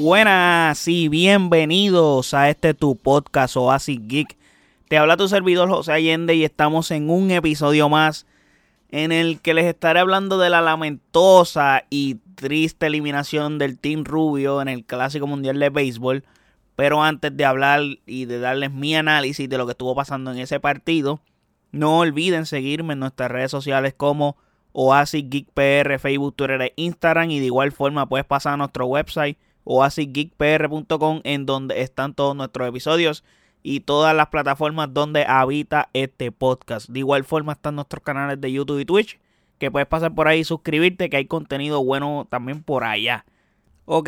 buenas y bienvenidos a tu podcast Oasis Geek. Te habla tu servidor José Allende y estamos en un episodio más en el que les estaré hablando de la lamentosa y triste eliminación del Team Rubio en el Clásico Mundial de Béisbol. Pero antes de hablar y de darles mi análisis de lo que estuvo pasando en ese partido, no olviden seguirme en nuestras redes sociales como Oasis Geek PR, Facebook, Twitter e Instagram. Y de igual forma puedes pasar a nuestro website oasisgeekpr.com, en donde están todos nuestros episodios y todas las plataformas donde habita este podcast. De igual forma están nuestros canales de YouTube y Twitch, que puedes pasar por ahí y suscribirte, que hay contenido bueno también por allá. Ok.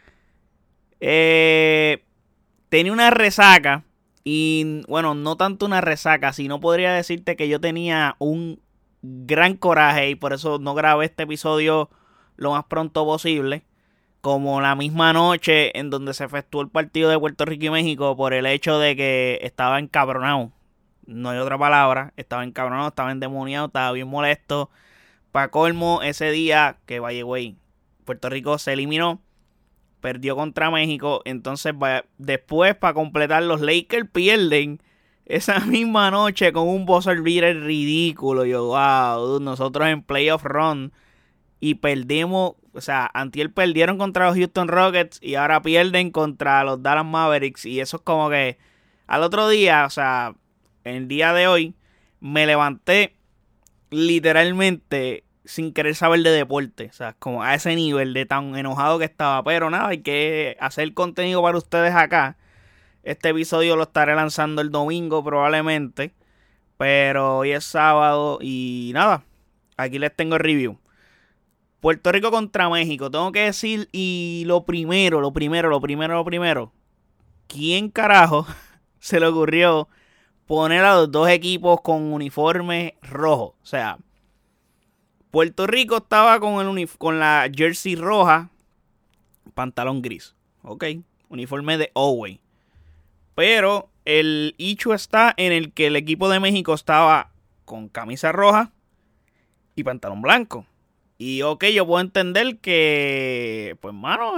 Tenía una resaca. Y bueno, no tanto una resaca, sino podría decirte que yo tenía un gran coraje y por eso no grabé este episodio lo más pronto posible. Como la misma noche en donde se efectuó el partido de Puerto Rico y México, por el hecho de que estaba encabronado. No hay otra palabra. Estaba encabronado, estaba endemoniado, estaba bien molesto. Pa' colmo, ese día que by the way, Puerto Rico se eliminó, perdió contra México. Entonces después, para completar, los Lakers pierden esa misma noche con un buzzer beater ridículo. Yo, wow, nosotros en playoff run y perdimos. O sea, antier perdieron contra los Houston Rockets y ahora pierden contra los Dallas Mavericks. Y eso es como que al otro día, o sea, el día de hoy, me levanté literalmente sin querer saber de deporte. O sea, como a ese nivel de tan enojado que estaba. Pero nada, hay que hacer contenido para ustedes acá. Este episodio lo estaré lanzando el domingo probablemente. Pero hoy es sábado y nada, aquí les tengo el review. Puerto Rico contra México. Tengo que decir, y lo primero. ¿Quién carajo se le ocurrió poner a los dos equipos con uniformes rojos? O sea, Puerto Rico estaba con la jersey roja, pantalón gris. Ok, uniforme de away. Pero el hecho está en el que el equipo de México estaba con camisa roja y pantalón blanco. Y ok, yo puedo entender que, pues mano,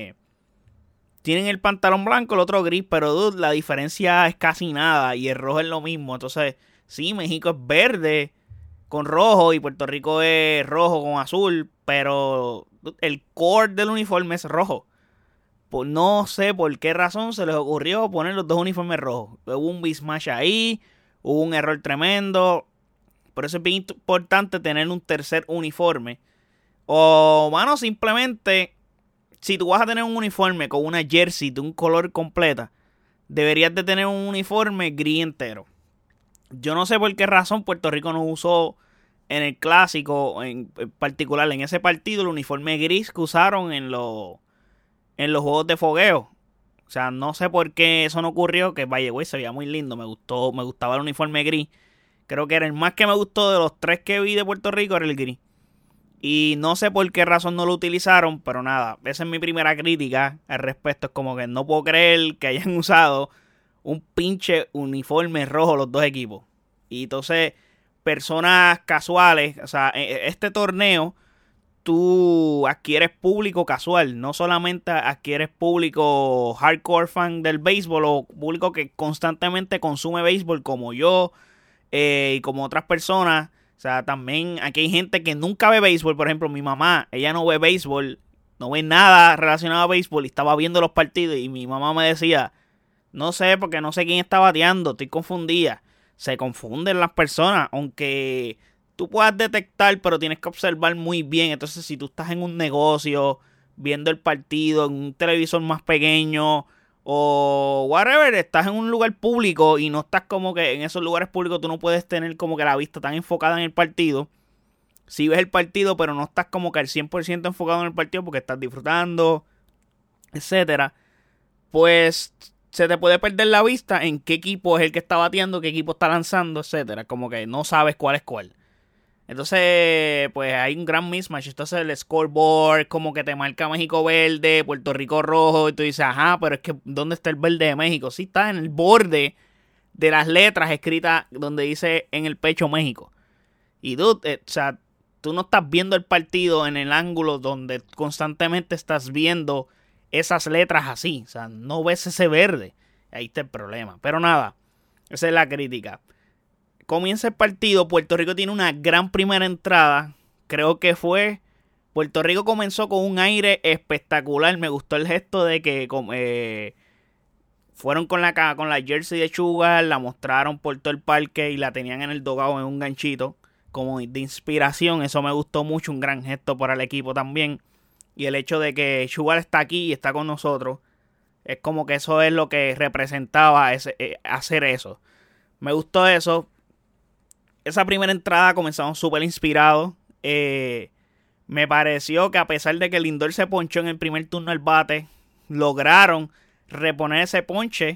tienen el pantalón blanco, el otro gris, pero dude, la diferencia es casi nada y el rojo es lo mismo. Entonces, sí, México es verde con rojo y Puerto Rico es rojo con azul, pero dude, el core del uniforme es rojo. Pues no sé por qué razón se les ocurrió poner los dos uniformes rojos. Hubo un mismatch ahí, hubo un error tremendo. Por eso es bien importante tener un tercer uniforme. O, mano, simplemente, si tú vas a tener un uniforme con una jersey de un color completa, deberías de tener un uniforme gris entero. Yo no sé por qué razón Puerto Rico no usó en el clásico, en particular en ese partido, el uniforme gris que usaron en los juegos de fogueo. O sea, no sé por qué eso no ocurrió, que vaya, güey, se veía muy lindo, me gustaba el uniforme gris. Creo que era el más que me gustó de los tres que vi de Puerto Rico, era el gris. Y no sé por qué razón no lo utilizaron, pero nada, esa es mi primera crítica al respecto. Es como que no puedo creer que hayan usado un pinche uniforme rojo los dos equipos. Y entonces, personas casuales, o sea, este torneo, tú adquieres público casual, no solamente adquieres público hardcore fan del béisbol o público que constantemente consume béisbol como yo y como otras personas. O sea, también aquí hay gente que nunca ve béisbol. Por ejemplo, mi mamá, ella no ve béisbol, no ve nada relacionado a béisbol y estaba viendo los partidos y mi mamá me decía, no sé, porque no sé quién está bateando, estoy confundida. Se confunden las personas, aunque tú puedas detectar, pero tienes que observar muy bien. Entonces, si tú estás en un negocio, viendo el partido, en un televisor más pequeño o whatever, estás en un lugar público y no estás como que en esos lugares públicos tú no puedes tener como que la vista tan enfocada en el partido. Si ves el partido, pero no estás como que al 100% enfocado en el partido porque estás disfrutando, etcétera, pues se te puede perder la vista en qué equipo es el que está bateando, qué equipo está lanzando, etcétera. Como que no sabes cuál es cuál. Entonces, pues hay un gran mismatch. Entonces el scoreboard como que te marca México verde, Puerto Rico rojo. Y tú dices, ajá, pero es que ¿dónde está el verde de México? Sí, está en el borde de las letras escritas donde dice en el pecho México. Y dude, o sea, tú no estás viendo el partido en el ángulo donde constantemente estás viendo esas letras así. O sea, no ves ese verde. Ahí está el problema. Pero nada, esa es la crítica. Comienza el partido. Puerto Rico tiene una gran primera entrada. Creo que fue... Puerto Rico comenzó con un aire espectacular. Me gustó el gesto de que fueron con la jersey de Sugar, la mostraron por todo el parque y la tenían en el dogado en un ganchito como de inspiración. Eso me gustó mucho, un gran gesto para el equipo también. Y el hecho de que Sugar está aquí y está con nosotros, es como que eso es lo que representaba hacer eso. Me gustó eso. Esa primera entrada comenzamos súper inspirados. Me pareció que a pesar de que Lindor se ponchó en el primer turno al bate, lograron reponer ese ponche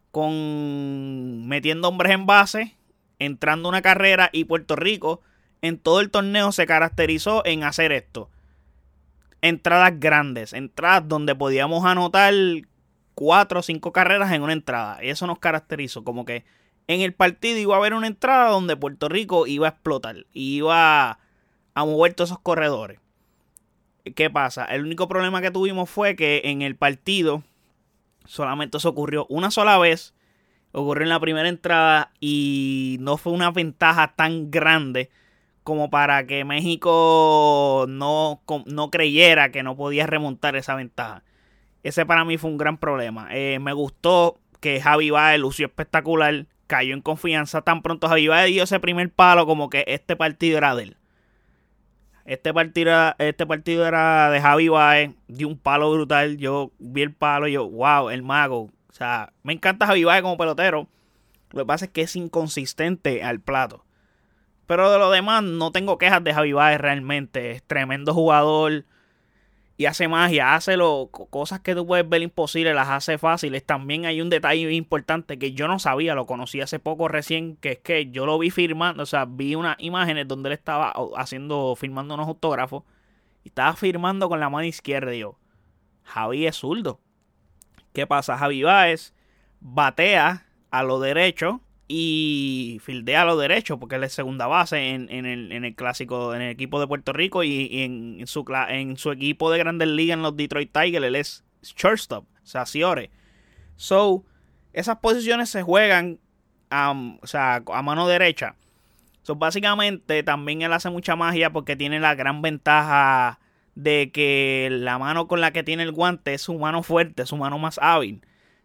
con metiendo hombres en base, entrando una carrera, y Puerto Rico en todo el torneo se caracterizó en hacer esto. Entradas grandes, entradas donde podíamos anotar 4 o 5 carreras en una entrada. Y eso nos caracterizó, como que en el partido iba a haber una entrada donde Puerto Rico iba a explotar, iba a mover todos esos corredores. ¿Qué pasa? El único problema que tuvimos fue que en el partido solamente eso ocurrió una sola vez. Ocurrió en la primera entrada y no fue una ventaja tan grande como para que México no creyera que no podía remontar esa ventaja. Ese para mí fue un gran problema. Me gustó que Javi Baez lució espectacular, cayó en confianza. Tan pronto Javi Baez dio ese primer palo, como que este partido era de él. Este partido era de Javi Baez, dio un palo brutal. Yo vi el palo y yo, wow, el mago. O sea, me encanta Javi Baez como pelotero. Lo que pasa es que es inconsistente al plato. Pero de lo demás, no tengo quejas de Javi Baez realmente. Es tremendo jugador y hace magia. Hace cosas que tú puedes ver imposibles, las hace fáciles. También hay un detalle importante que yo no sabía, lo conocí hace poco recién, que es que yo lo vi firmando. O sea, vi unas imágenes donde él estaba firmando unos autógrafos y estaba firmando con la mano izquierda. Y yo, Javi es zurdo. ¿Qué pasa? Javi Baez batea a lo derecho y fildea a lo derecho, porque él es segunda base en el clásico, en el equipo de Puerto Rico, y en su equipo de Grandes Ligas en los Detroit Tigers él es shortstop, o sea, Ciore. So, esas posiciones se juegan a mano derecha. So, básicamente también él hace mucha magia porque tiene la gran ventaja de que la mano con la que tiene el guante es su mano fuerte, es su mano más hábil.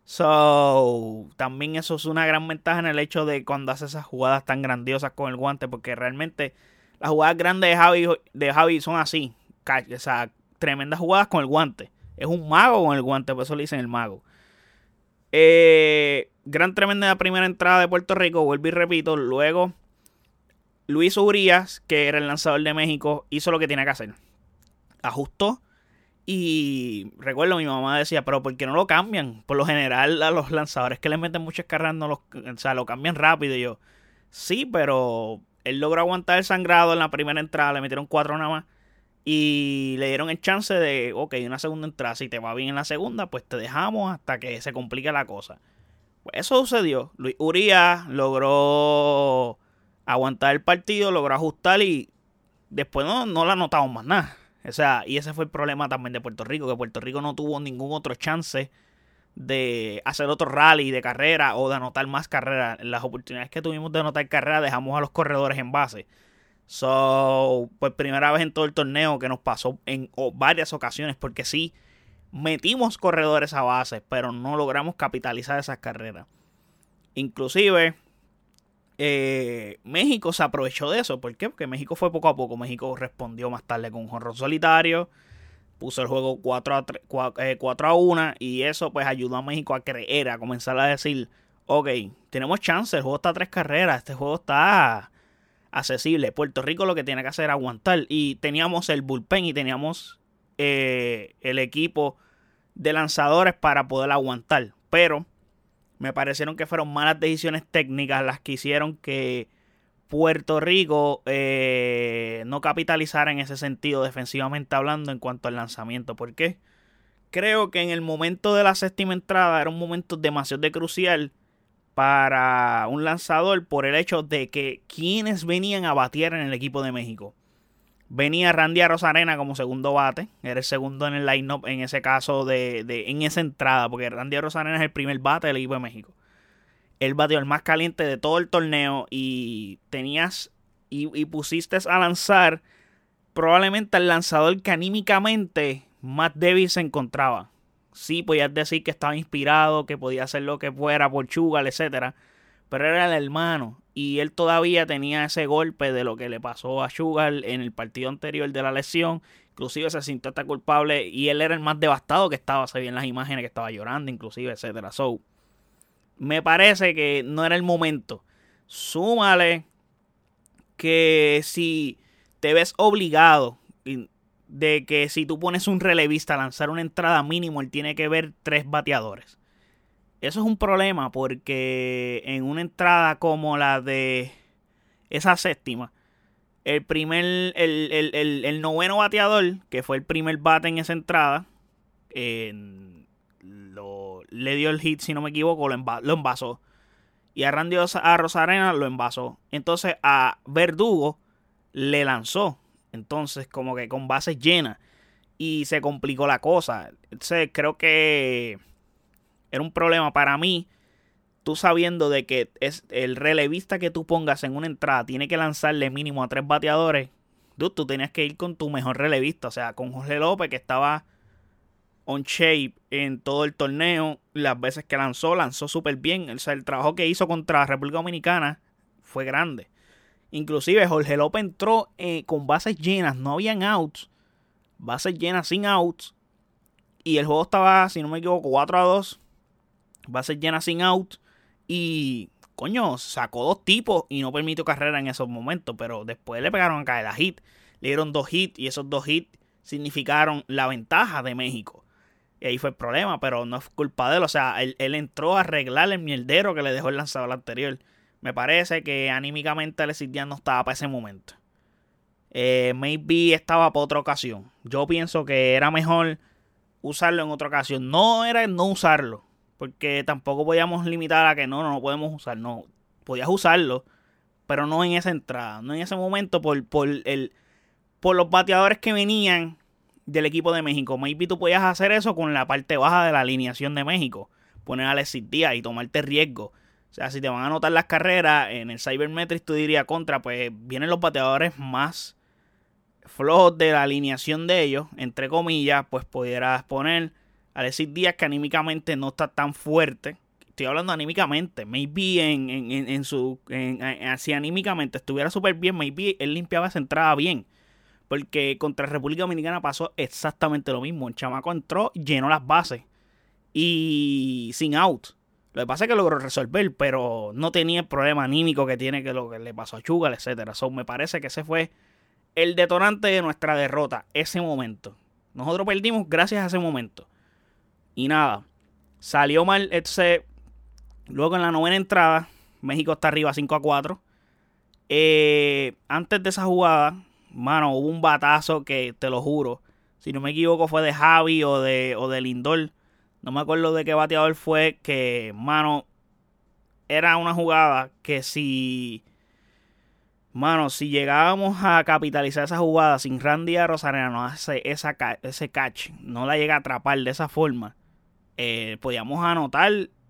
So, también eso es una gran ventaja en el hecho de cuando hace esas jugadas tan grandiosas con el guante, porque realmente las jugadas grandes de Javi son así, o sea, tremendas jugadas con el guante. Es un mago con el guante, por eso le dicen el mago. Gran tremenda primera entrada de Puerto Rico, vuelvo y repito. Luego Luis Urías, que era el lanzador de México, hizo lo que tenía que hacer. Ajustó. Y recuerdo, mi mamá decía, pero ¿por qué no lo cambian? Por lo general a los lanzadores que le meten muchas carreras lo cambian rápido. Y yo, sí, pero él logró aguantar el sangrado en la primera entrada, le metieron 4 nada más. Y le dieron el chance de, ok, una segunda entrada, si te va bien en la segunda, pues te dejamos hasta que se complique la cosa. Pues eso sucedió. Luis Urías logró aguantar el partido, logró ajustar y después no la notamos más nada. O sea, y ese fue el problema también de Puerto Rico, que Puerto Rico no tuvo ningún otro chance de hacer otro rally de carrera o de anotar más carreras. En las oportunidades que tuvimos de anotar carrera dejamos a los corredores en base. So, pues primera vez en todo el torneo que nos pasó en varias ocasiones, porque sí, metimos corredores a base, pero no logramos capitalizar esas carreras. Inclusive México se aprovechó de eso. ¿Por qué? Porque México fue poco a poco. México respondió más tarde con un jonrón solitario, puso el juego 4-1 y eso pues ayudó a México a creer, a comenzar a decir, ok, tenemos chance, el juego está a 3 carreras, este juego está accesible. Puerto Rico lo que tiene que hacer es aguantar, y teníamos el bullpen y teníamos el equipo de lanzadores para poder aguantar, pero me parecieron que fueron malas decisiones técnicas las que hicieron que Puerto Rico no capitalizara en ese sentido, defensivamente hablando, en cuanto al lanzamiento. ¿Por qué? Creo que en el momento de la séptima entrada era un momento demasiado crucial para un lanzador, por el hecho de que quienes venían a batear en el equipo de México. Venía Randy Arozarena como segundo bate. Era el segundo en el line-up en ese caso en esa entrada. Porque Randy Arozarena es el primer bate del equipo de México. Él batió el más caliente de todo el torneo. Y tenías. Y pusiste a lanzar probablemente el lanzador que anímicamente más débil se encontraba. Sí, podías decir que estaba inspirado, que podía hacer lo que fuera por Chugal, etcétera, pero era el hermano y él todavía tenía ese golpe de lo que le pasó a Chugal en el partido anterior de la lesión. Inclusive se sintió hasta culpable y él era el más devastado que estaba. Se veían las imágenes que estaba llorando, inclusive, etcétera. So, me parece que no era el momento. Súmale que si te ves obligado de que si tú pones un relevista a lanzar una entrada mínimo, él tiene que ver 3 bateadores. Eso es un problema porque en una entrada como la de esa séptima, el noveno bateador, que fue el primer bate en esa entrada, le dio el hit, si no me equivoco, lo envasó. Y a Randy Arozarena lo envasó. Entonces a Verdugo le lanzó. Entonces como que con bases llenas. Y se complicó la cosa. Entonces creo que era un problema para mí. Tú sabiendo de que es el relevista que tú pongas en una entrada tiene que lanzarle mínimo a 3 bateadores. Tú tenías que ir con tu mejor relevista. O sea, con Jorge López, que estaba on shape en todo el torneo. Las veces que lanzó súper bien. O sea, el trabajo que hizo contra la República Dominicana fue grande. Inclusive Jorge López entró con bases llenas. No habían outs. Bases llenas sin outs. Y el juego estaba, si no me equivoco, 4-2. Bases llenas sin outs. Y, coño, sacó 2 tipos y no permitió carrera en esos momentos. Pero después le pegaron a caer la hit. Le dieron 2 hits y esos 2 hits significaron la ventaja de México. Y ahí fue el problema, pero no es culpa de él. O sea, él entró a arreglar el mierdero que le dejó el lanzador anterior. Me parece que anímicamente Alexis Díaz no estaba para ese momento. Maybe estaba para otra ocasión. Yo pienso que era mejor usarlo en otra ocasión. No era no usarlo, porque tampoco podíamos limitar a que no podemos usar. No, podías usarlo, pero no en esa entrada. No en ese momento por los bateadores que venían del equipo de México. Maybe tú podías hacer eso con la parte baja de la alineación de México. Poner a Alexis Díaz y tomarte riesgo. O sea, si te van a anotar las carreras en el Cybermetrics, tú dirías contra, pues vienen los bateadores más flojos de la alineación de ellos, entre comillas, pues pudieras poner a Alexis Díaz, que anímicamente no está tan fuerte. Estoy hablando anímicamente. Maybe si anímicamente estuviera súper bien, maybe él limpiaba esa entrada bien. Porque contra República Dominicana pasó exactamente lo mismo. El chamaco entró, llenó las bases y sin out. Lo que pasa es que logró resolver, pero no tenía el problema anímico que tiene, que lo que le pasó a Chugal, etcétera. So, me parece que ese fue el detonante de nuestra derrota, ese momento. Nosotros perdimos gracias a ese momento. Y nada, salió mal ese. Luego en la novena entrada, México está arriba 5-4. Antes de esa jugada, mano, hubo un batazo que, te lo juro, si no me equivoco fue de Javi o de Lindor. No me acuerdo de qué bateador fue, que, mano, era una jugada que si llegábamos a capitalizar esa jugada sin Randy Arozarena no hace ese catch, no la llega a atrapar de esa forma, podíamos anotar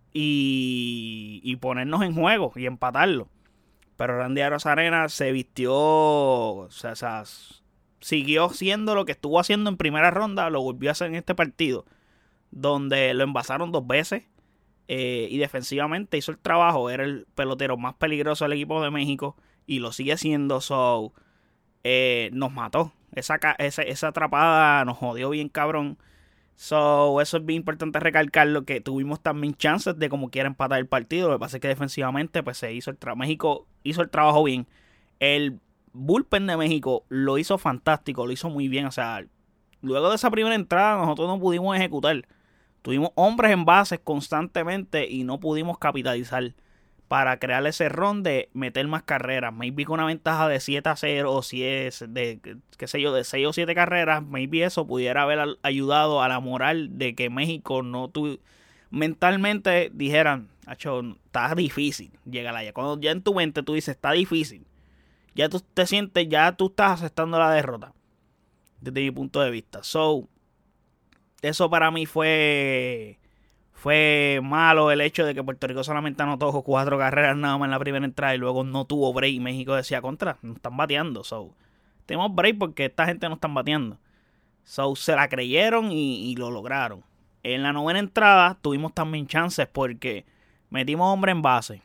y ponernos en juego y empatarlo. Pero Randy Arozarena se vistió, o sea, siguió haciendo lo que estuvo haciendo en primera ronda, lo volvió a hacer en este partido, donde lo envasaron 2 veces y defensivamente hizo el trabajo. Era el pelotero más peligroso del equipo de México y lo sigue siendo. So, nos mató. Esa atrapada nos jodió bien cabrón. So, eso es bien importante recalcarlo, que tuvimos también chances de como quiera empatar el partido. Lo que pasa es que defensivamente pues se hizo México hizo el trabajo bien. El bullpen de México lo hizo fantástico, lo hizo muy bien. O sea, luego de esa primera entrada nosotros no pudimos ejecutar. Tuvimos hombres en bases constantemente y no pudimos capitalizar para crear ese ron de meter más carreras. Maybe con una ventaja de 7-0 o si es de, qué sé yo, de 6 o 7 carreras, maybe eso pudiera haber ayudado a la moral de que México mentalmente dijeran, acho, está difícil llegar allá. Cuando ya en tu mente tú dices, está difícil, ya tú te sientes, ya tú estás aceptando la derrota. Desde mi punto de vista. So, eso para mí fue malo, el hecho de que Puerto Rico solamente anotó 4 carreras nada más en la primera entrada y luego no tuvo break. México decía contra, no están bateando. So, tenemos break porque esta gente no están bateando. So, se la creyeron y lo lograron. En la novena entrada tuvimos también chances porque metimos hombre en base.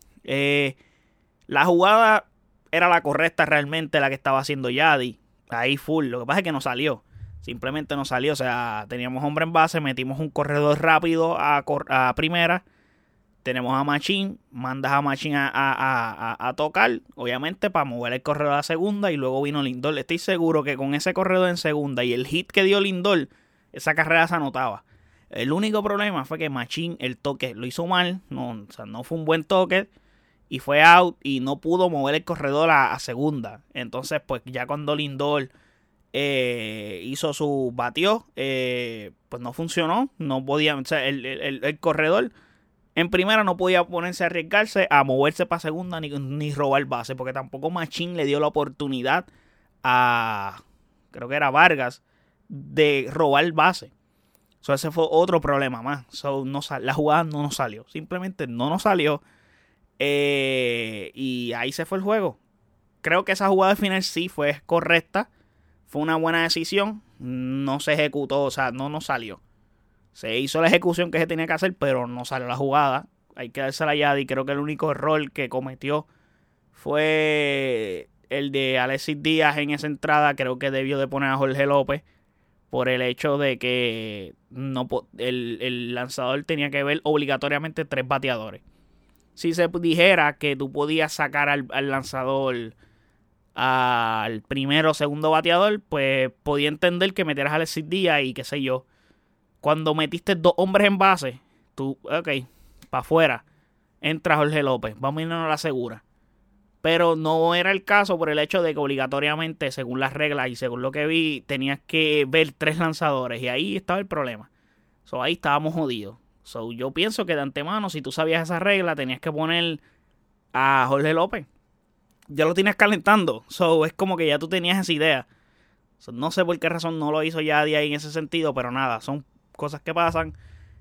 La jugada era la correcta realmente, la que estaba haciendo Yadi. Ahí full. Lo que pasa es que no salió. Simplemente no salió. O sea, teníamos hombre en base, metimos un corredor rápido a primera. Tenemos a Machín. Mandas a Machín a tocar, obviamente, para mover el corredor a segunda. Y luego vino Lindor. Estoy seguro que con ese corredor en segunda y el hit que dio Lindor, esa carrera se anotaba. El único problema fue que Machín, el toque, lo hizo mal. No, o sea, no fue un buen toque. Y fue out y no pudo mover el corredor a segunda. Entonces, pues ya cuando Lindor hizo su batió, pues no funcionó. No podía, o sea, el corredor en primera no podía ponerse a arriesgarse a moverse para segunda ni robar base. Porque tampoco Machín le dio la oportunidad a, creo que era Vargas, de robar base. So, ese fue otro problema más. So, la jugada no nos salió. Simplemente no nos salió. Y ahí se fue el juego. Creo que esa jugada final sí fue correcta. Fue una buena decisión. No se ejecutó, o sea, no nos salió. Se hizo la ejecución que se tenía que hacer, pero no salió la jugada. Hay que dársela a Yadi. Creo que el único error que cometió fue el de Alexis Díaz en esa entrada. Creo que debió de poner a Jorge López por el hecho de que el lanzador tenía que ver obligatoriamente 3 bateadores. Si se dijera que tú podías sacar al lanzador al primero o segundo bateador, pues podía entender que metieras a Alexis Díaz y qué sé yo. Cuando metiste 2 hombres en base, tú, ok, para afuera, entra Jorge López, vamos a irnos a la segura. Pero no era el caso por el hecho de que obligatoriamente, según las reglas y según lo que vi, tenías que ver 3 lanzadores y ahí estaba el problema. So, ahí estábamos jodidos. So, yo pienso que de antemano, si tú sabías esa regla, tenías que poner a Jorge López. Ya lo tienes calentando. So, es como que ya tú tenías esa idea. So, no sé por qué razón no lo hizo Yadi ahí en ese sentido, pero nada, son cosas que pasan.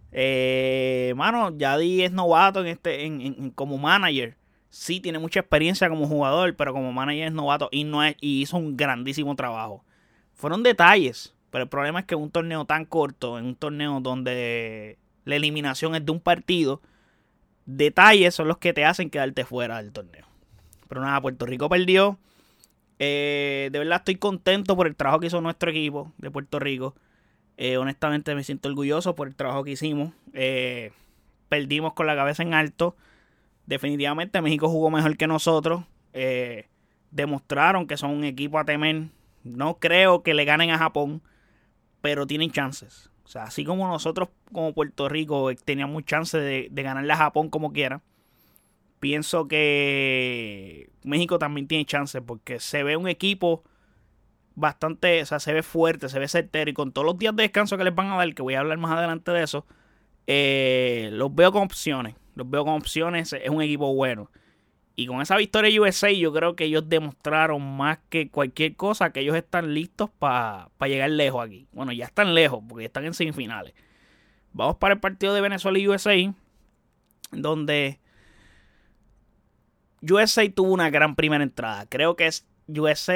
Yadi es novato como manager. Sí, tiene mucha experiencia como jugador, pero como manager es novato y hizo un grandísimo trabajo. Fueron detalles, pero el problema es que en un torneo tan corto, en un torneo donde la eliminación es de un partido, detalles son los que te hacen quedarte fuera del torneo. Pero nada, Puerto Rico perdió. De verdad estoy contento por el trabajo que hizo nuestro equipo de Puerto Rico. Honestamente me siento orgulloso por el trabajo que hicimos. Perdimos con la cabeza en alto. Definitivamente México jugó mejor que nosotros. Demostraron que son un equipo a temer. No creo que le ganen a Japón, pero tienen chances. O sea, así como nosotros como Puerto Rico teníamos chances de ganarle a Japón como quiera, pienso que México también tiene chances porque se ve un equipo bastante, o sea, se ve fuerte, se ve certero y con todos los días de descanso que les van a dar, que voy a hablar más adelante de eso, los veo con opciones. Es un equipo bueno. Y con esa victoria de USA, yo creo que ellos demostraron más que cualquier cosa que ellos están listos para llegar lejos aquí. Bueno, ya están lejos porque están en semifinales. Vamos para el partido de Venezuela y USA, donde USA tuvo una gran primera entrada. Creo que es USA,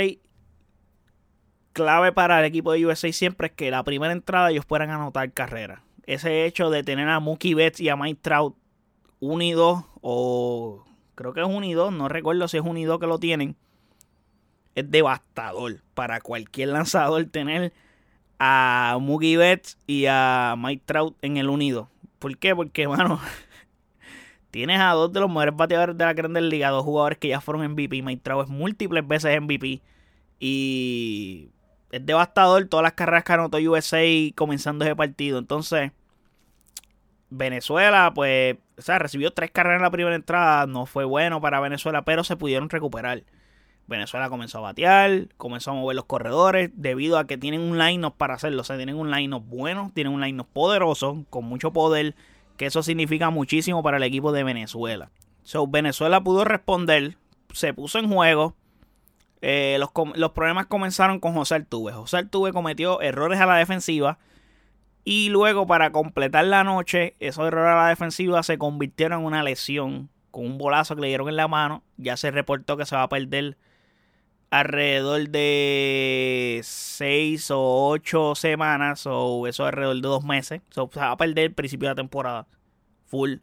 clave para el equipo de USA siempre es que la primera entrada ellos puedan anotar carrera. Ese hecho de tener a Mookie Betts y a Mike Trout 1 y 2, o creo que es 1 y 2, no recuerdo si es 1 y 2 que lo tienen, es devastador para cualquier lanzador tener a Mookie Betts y a Mike Trout en el 1 y 2. ¿Por qué? Porque, mano, tienes a 2 de los mejores bateadores de la Grandes Ligas, 2 jugadores que ya fueron MVP. Mike Trout es múltiples veces MVP y es devastador todas las carreras que anotó USA comenzando ese partido. Entonces, Venezuela, pues, o sea, recibió 3 carreras en la primera entrada. No fue bueno para Venezuela, pero se pudieron recuperar. Venezuela comenzó a batear, comenzó a mover los corredores, debido a que tienen un line-up para hacerlo. O sea, tienen un line-up bueno, tienen un line-up poderoso, con mucho poder, que eso significa muchísimo para el equipo de Venezuela. So, Venezuela pudo responder, se puso en juego, Los problemas comenzaron con José Altuve. José Altuve cometió errores a la defensiva y luego, para completar la noche, esos errores a la defensiva se convirtieron en una lesión con un bolazo que le dieron en la mano. Ya se reportó que se va a perder alrededor de 6 o 8 semanas, o eso alrededor de 2 meses. Se va a perder el principio de la temporada full.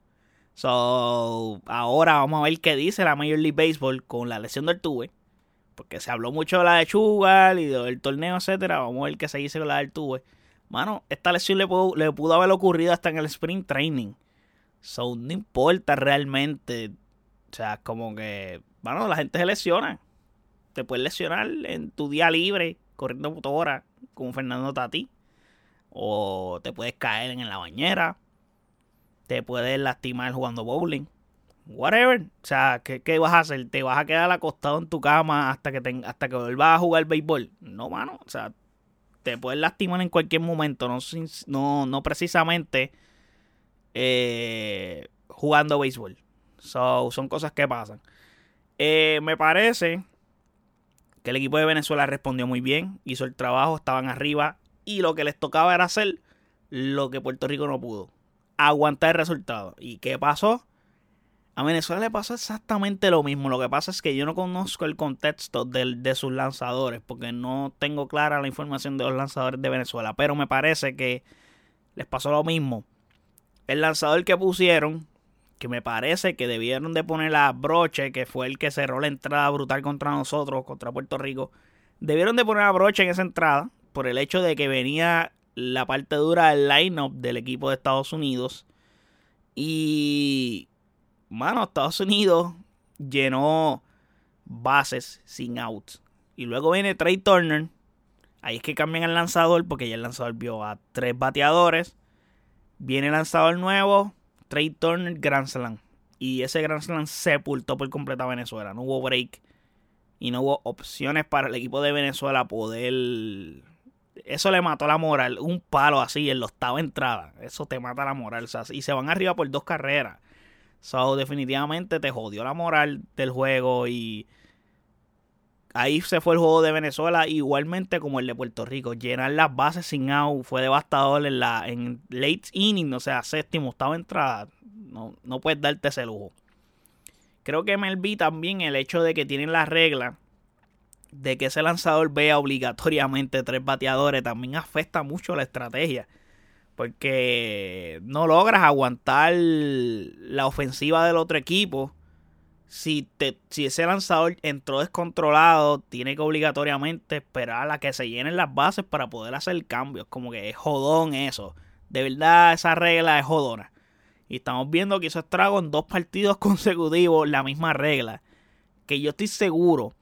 Ahora vamos a ver qué dice la Major League Baseball con la lesión del Altuve, porque se habló mucho de la de Sugar y del torneo, etcétera. Vamos a ver qué se dice con la del Altuve. Mano, esta lesión le pudo haber ocurrido hasta en el sprint training. No importa realmente. O sea, como que, mano, la gente se lesiona. Te puedes lesionar en tu día libre corriendo motora como Fernando Tatís. O te puedes caer en la bañera. Te puedes lastimar jugando bowling. Whatever. O sea, ¿qué vas a hacer? ¿Te vas a quedar acostado en tu cama hasta que vuelvas a jugar béisbol? No, mano. O sea, te puedes lastimar en cualquier momento. No precisamente jugando béisbol. Son cosas que pasan. Me parece que el equipo de Venezuela respondió muy bien. Hizo el trabajo, estaban arriba. Y lo que les tocaba era hacer lo que Puerto Rico no pudo. Aguantar el resultado. ¿Y qué pasó? A Venezuela le pasó exactamente lo mismo. Lo que pasa es que yo no conozco el contexto de sus lanzadores, porque no tengo clara la información de los lanzadores de Venezuela. Pero me parece que les pasó lo mismo. El lanzador que pusieron, que me parece que debieron de poner a Broche, que fue el que cerró la entrada brutal contra nosotros, contra Puerto Rico. Debieron de poner a Broche en esa entrada, por el hecho de que venía la parte dura del line-up del equipo de Estados Unidos. Y, mano, Estados Unidos llenó bases sin outs. Y luego viene Trey Turner. Ahí es que cambian el lanzador, porque ya el lanzador vio a 3 bateadores. Viene el lanzador nuevo, Trey Turner, Grand Slam. Y ese Grand Slam sepultó por completo a Venezuela. No hubo break y no hubo opciones para el equipo de Venezuela poder... Eso le mató la moral. Un palo así en la 8ª entrada. Eso te mata la moral. O sea, y se van arriba por 2 carreras. Definitivamente te jodió la moral del juego. Y ahí se fue el juego de Venezuela. Igualmente como el de Puerto Rico. Llenar las bases sin out fue devastador en late inning. O sea, 7ª, 8ª entrada. No puedes darte ese lujo. Creo que MLB también, el hecho de que tienen la regla de que ese lanzador vea obligatoriamente 3 bateadores, también afecta mucho la estrategia, porque no logras aguantar la ofensiva del otro equipo. Si ese lanzador entró descontrolado, tiene que obligatoriamente esperar a que se llenen las bases para poder hacer cambios. Como que es jodón eso. De verdad, esa regla es jodona. Y estamos viendo que hizo estrago en 2 partidos consecutivos la misma regla. Que yo estoy seguro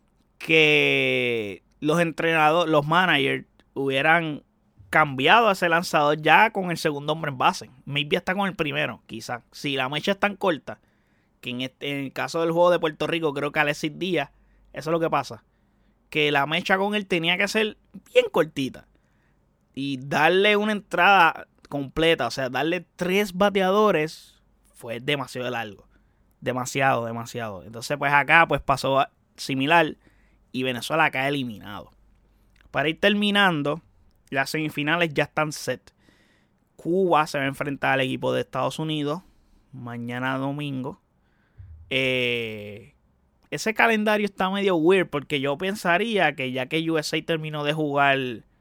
que los entrenadores, los managers, hubieran cambiado a ese lanzador ya con el segundo hombre en base. Maybe hasta con el primero, quizás. Si la mecha es tan corta, que en el caso del juego de Puerto Rico, creo que Alexis Díaz, eso es lo que pasa. Que la mecha con él tenía que ser bien cortita. Y darle una entrada completa, o sea, darle 3 bateadores, fue demasiado largo. Demasiado. Entonces, pues acá pues pasó similar. Y Venezuela cae eliminado. Para ir terminando, las semifinales ya están set. Cuba se va a enfrentar al equipo de Estados Unidos mañana domingo. Ese calendario está medio weird, porque yo pensaría que ya que USA terminó de jugar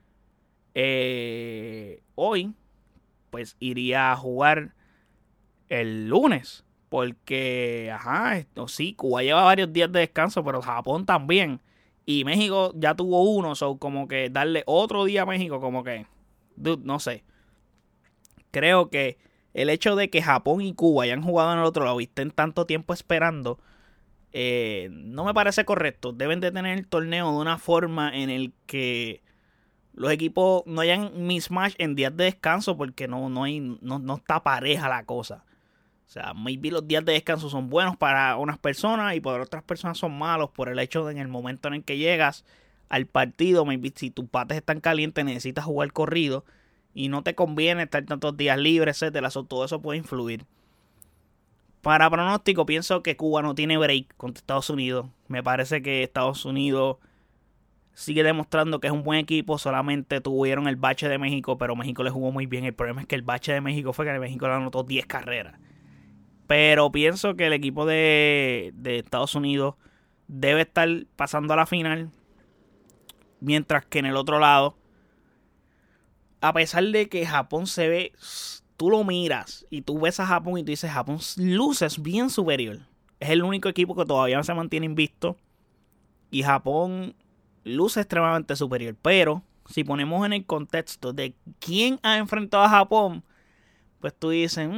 hoy, pues iría a jugar el lunes. Porque, sí, Cuba lleva varios días de descanso, pero Japón también. Y México ya tuvo uno, como que darle otro día a México, como que, dude, no sé. Creo que el hecho de que Japón y Cuba hayan jugado en el otro lado y estén tanto tiempo esperando, no me parece correcto. Deben de tener el torneo de una forma en el que los equipos no hayan mismatch en días de descanso, porque no está pareja la cosa. O sea, maybe los días de descanso son buenos para unas personas y para otras personas son malos por el hecho de en el momento en el que llegas al partido, maybe si tus bates están calientes necesitas jugar corrido y no te conviene estar tantos días libres, etcétera. Todo eso puede influir. Para pronóstico, pienso que Cuba no tiene break contra Estados Unidos. Me parece que Estados Unidos sigue demostrando que es un buen equipo. Solamente tuvieron el bache de México, pero México le jugó muy bien. El problema es que el bache de México fue que México le anotó 10 carreras. Pero pienso que el equipo de Estados Unidos debe estar pasando a la final. Mientras que en el otro lado, a pesar de que Japón se ve, tú lo miras y tú ves a Japón y tú dices, Japón luce bien superior. Es el único equipo que todavía se mantiene invicto. Y Japón luce extremadamente superior. Pero si ponemos en el contexto de quién ha enfrentado a Japón, pues tú dices,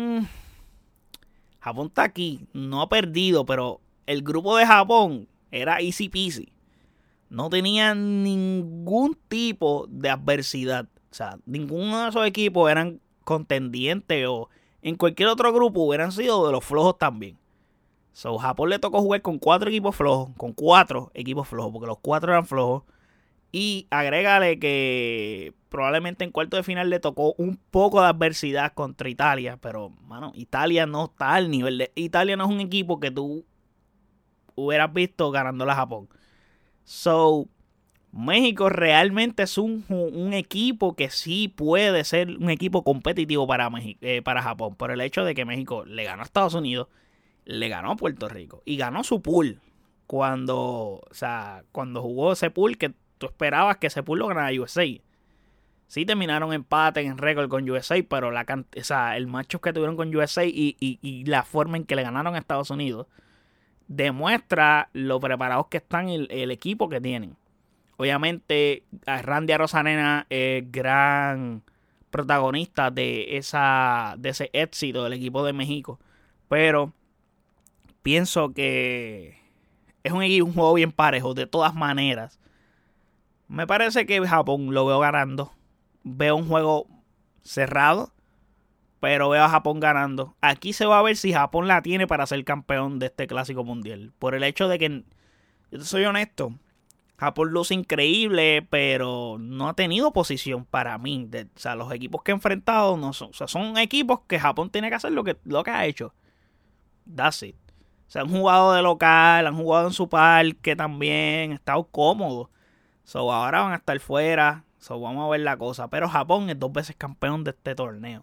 Japón está aquí, no ha perdido, pero el grupo de Japón era easy peasy. No tenía ningún tipo de adversidad. O sea, ninguno de esos equipos eran contendientes o en cualquier otro grupo hubieran sido de los flojos también. So, Japón le tocó jugar con 4 equipos flojos, porque los 4 eran flojos. Y agrégale que probablemente en cuarto de final le tocó un poco de adversidad contra Italia. Pero, mano, Italia no está al nivel de... Italia no es un equipo que tú hubieras visto ganándole a Japón. So, México realmente es un equipo que sí puede ser un equipo competitivo para Japón. Por el hecho de que México le ganó a Estados Unidos, le ganó a Puerto Rico y ganó su pool. Cuando jugó ese pool que tú esperabas que ese pool lo ganara USA. Sí terminaron empate en récord con USA, pero el matchup que tuvieron con USA y la forma en que le ganaron a Estados Unidos demuestra lo preparados que están el equipo que tienen. Obviamente, Randy Arozarena es gran protagonista de ese éxito del equipo de México. Pero pienso que es un juego bien parejo. De todas maneras, me parece que Japón lo veo ganando. Veo un juego cerrado, pero veo a Japón ganando. Aquí se va a ver si Japón la tiene para ser campeón de este clásico mundial. Por el hecho de que, yo soy honesto, Japón luce increíble, pero no ha tenido posición para mí. Los equipos que ha enfrentado no son. Son equipos que Japón tiene que hacer lo que ha hecho. That's it. Han jugado de local, han jugado en su parque también, han estado cómodos. Ahora van a estar fuera. Vamos a ver la cosa. Pero Japón es 2 veces campeón de este torneo.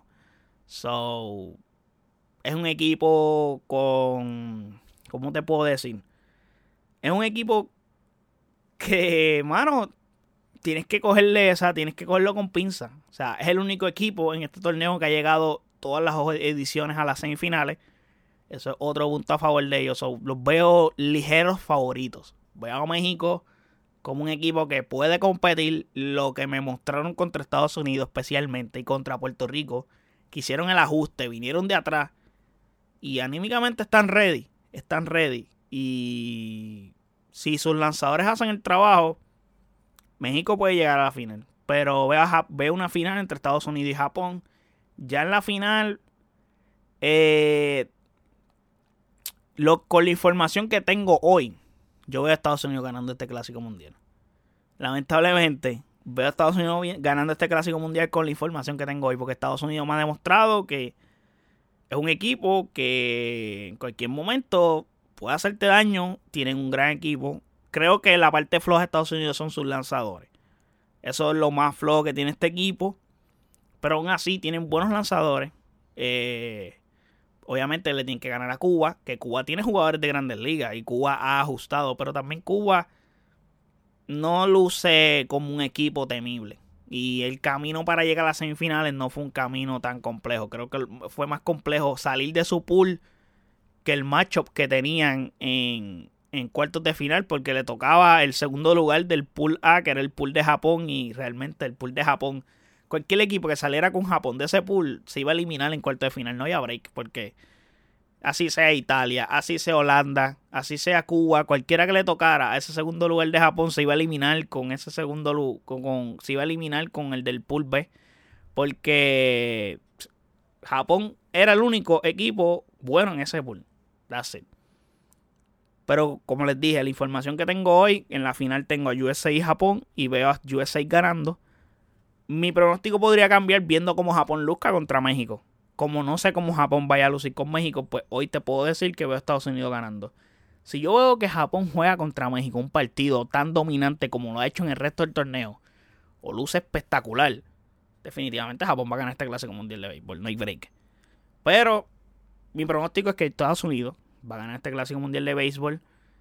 Es un equipo con... ¿Cómo te puedo decir? Es un equipo que, mano, tienes que cogerlo con pinza. O sea, es el único equipo en este torneo que ha llegado todas las ediciones a las semifinales. Eso es otro punto a favor de ellos. Los veo ligeros favoritos. Veo a México como un equipo que puede competir. Lo que me mostraron contra Estados Unidos especialmente y contra Puerto Rico, que hicieron el ajuste, vinieron de atrás y anímicamente están ready. Y si sus lanzadores hacen el trabajo, México puede llegar a la final. Pero veo una final entre Estados Unidos y Japón. Ya en la final, con la información que tengo hoy, yo veo a Estados Unidos ganando este clásico mundial. Lamentablemente, veo a Estados Unidos ganando este clásico mundial con la información que tengo hoy, porque Estados Unidos me ha demostrado que es un equipo que en cualquier momento puede hacerte daño. Tienen un gran equipo. Creo que la parte floja de Estados Unidos son sus lanzadores. Eso es lo más flojo que tiene este equipo. Pero aún así tienen buenos lanzadores. Obviamente le tienen que ganar a Cuba, que Cuba tiene jugadores de grandes ligas y Cuba ha ajustado, pero también Cuba no luce como un equipo temible. Y el camino para llegar a las semifinales no fue un camino tan complejo. Creo que fue más complejo salir de su pool que el matchup que tenían en cuartos de final, porque le tocaba el segundo lugar del pool A, que era el pool de Japón, y realmente el pool de Japón, cualquier equipo que saliera con Japón de ese pool se iba a eliminar en cuartos de final. No había break, porque así sea Italia, así sea Holanda, así sea Cuba, cualquiera que le tocara a ese segundo lugar de Japón se iba a eliminar con ese segundo lugar, se iba a eliminar con el del pool B, porque Japón era el único equipo bueno en ese pool. That's it. Pero como les dije, la información que tengo hoy, en la final tengo a USA y Japón y veo a USA ganando. Mi pronóstico podría cambiar viendo cómo Japón luzca contra México. como no sé cómo Japón vaya a lucir con México, pues hoy te puedo decir que veo a Estados Unidos ganando. Si yo veo que Japón juega contra México un partido tan dominante como lo ha hecho en el resto del torneo, o luce espectacular, definitivamente Japón va a ganar este Clásico Mundial de Béisbol, no hay break. Pero mi pronóstico es que Estados Unidos va a ganar este Clásico Mundial de Béisbol.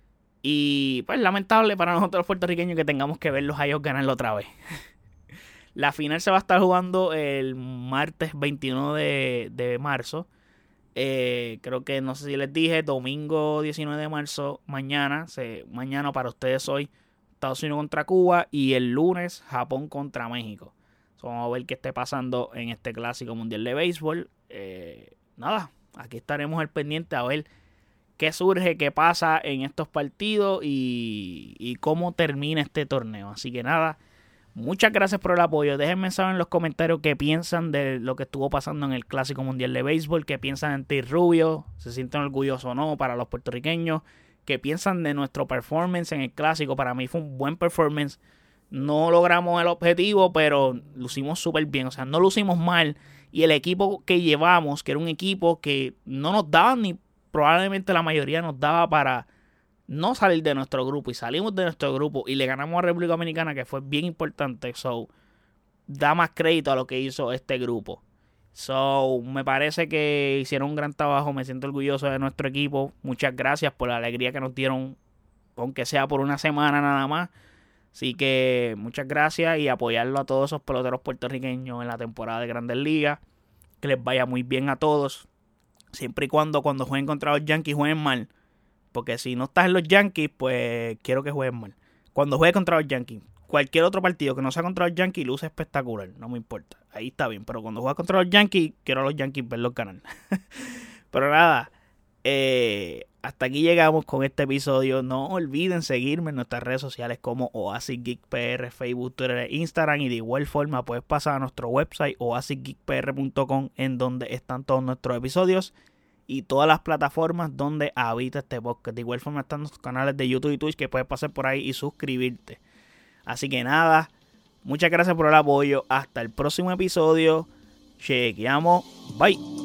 Y pues lamentable para nosotros los puertorriqueños que tengamos que verlos a ellos ganarlo otra vez. La final se va a estar jugando el martes 21 de marzo. Creo que no sé si les dije, domingo 19 de marzo, mañana para ustedes hoy, Estados Unidos contra Cuba y el lunes Japón contra México. Vamos a ver qué esté pasando en este Clásico Mundial de Béisbol. Nada, aquí estaremos al pendiente a ver qué surge, qué pasa en estos partidos y cómo termina este torneo. Así que nada, muchas gracias por el apoyo. Déjenme saber en los comentarios qué piensan de lo que estuvo pasando en el Clásico Mundial de Béisbol, qué piensan de Team Rubio, se sienten orgullosos o no para los puertorriqueños, qué piensan de nuestro performance en el Clásico. Para mí fue un buen performance. No logramos el objetivo, pero lucimos súper bien. O sea, no lucimos mal. Y el equipo que llevamos, que era un equipo que no nos daba ni probablemente la mayoría nos daba para no salir de nuestro grupo. Y salimos de nuestro grupo y le ganamos a República Dominicana, que fue bien importante. So, da más crédito a lo que hizo este grupo. So, me parece que hicieron un gran trabajo. Me siento orgulloso de nuestro equipo. Muchas gracias por la alegría que nos dieron, aunque sea por una semana nada más. Así que muchas gracias y apoyarlo a todos esos peloteros puertorriqueños en la temporada de Grandes Ligas. Que les vaya muy bien a todos. Siempre y cuando jueguen contra los Yankees jueguen mal. Porque si no estás en los Yankees, pues quiero que jueguen mal. Cuando juegue contra los Yankees, cualquier otro partido que no sea contra los Yankees luce espectacular. No me importa. Ahí está bien. Pero cuando juegue contra los Yankees, quiero a los Yankees verlos ganar. Pero nada. Hasta aquí llegamos con este episodio. No olviden seguirme en nuestras redes sociales como Oasis Geek PR, Facebook, Twitter e Instagram. Y de igual forma puedes pasar a nuestro website oasisgeekpr.com, en donde están todos nuestros episodios y todas las plataformas donde habita este podcast. De igual forma están nuestros canales de YouTube y Twitch, que puedes pasar por ahí y suscribirte. Así que nada, muchas gracias por el apoyo. Hasta el próximo episodio. Chequeamos. Bye.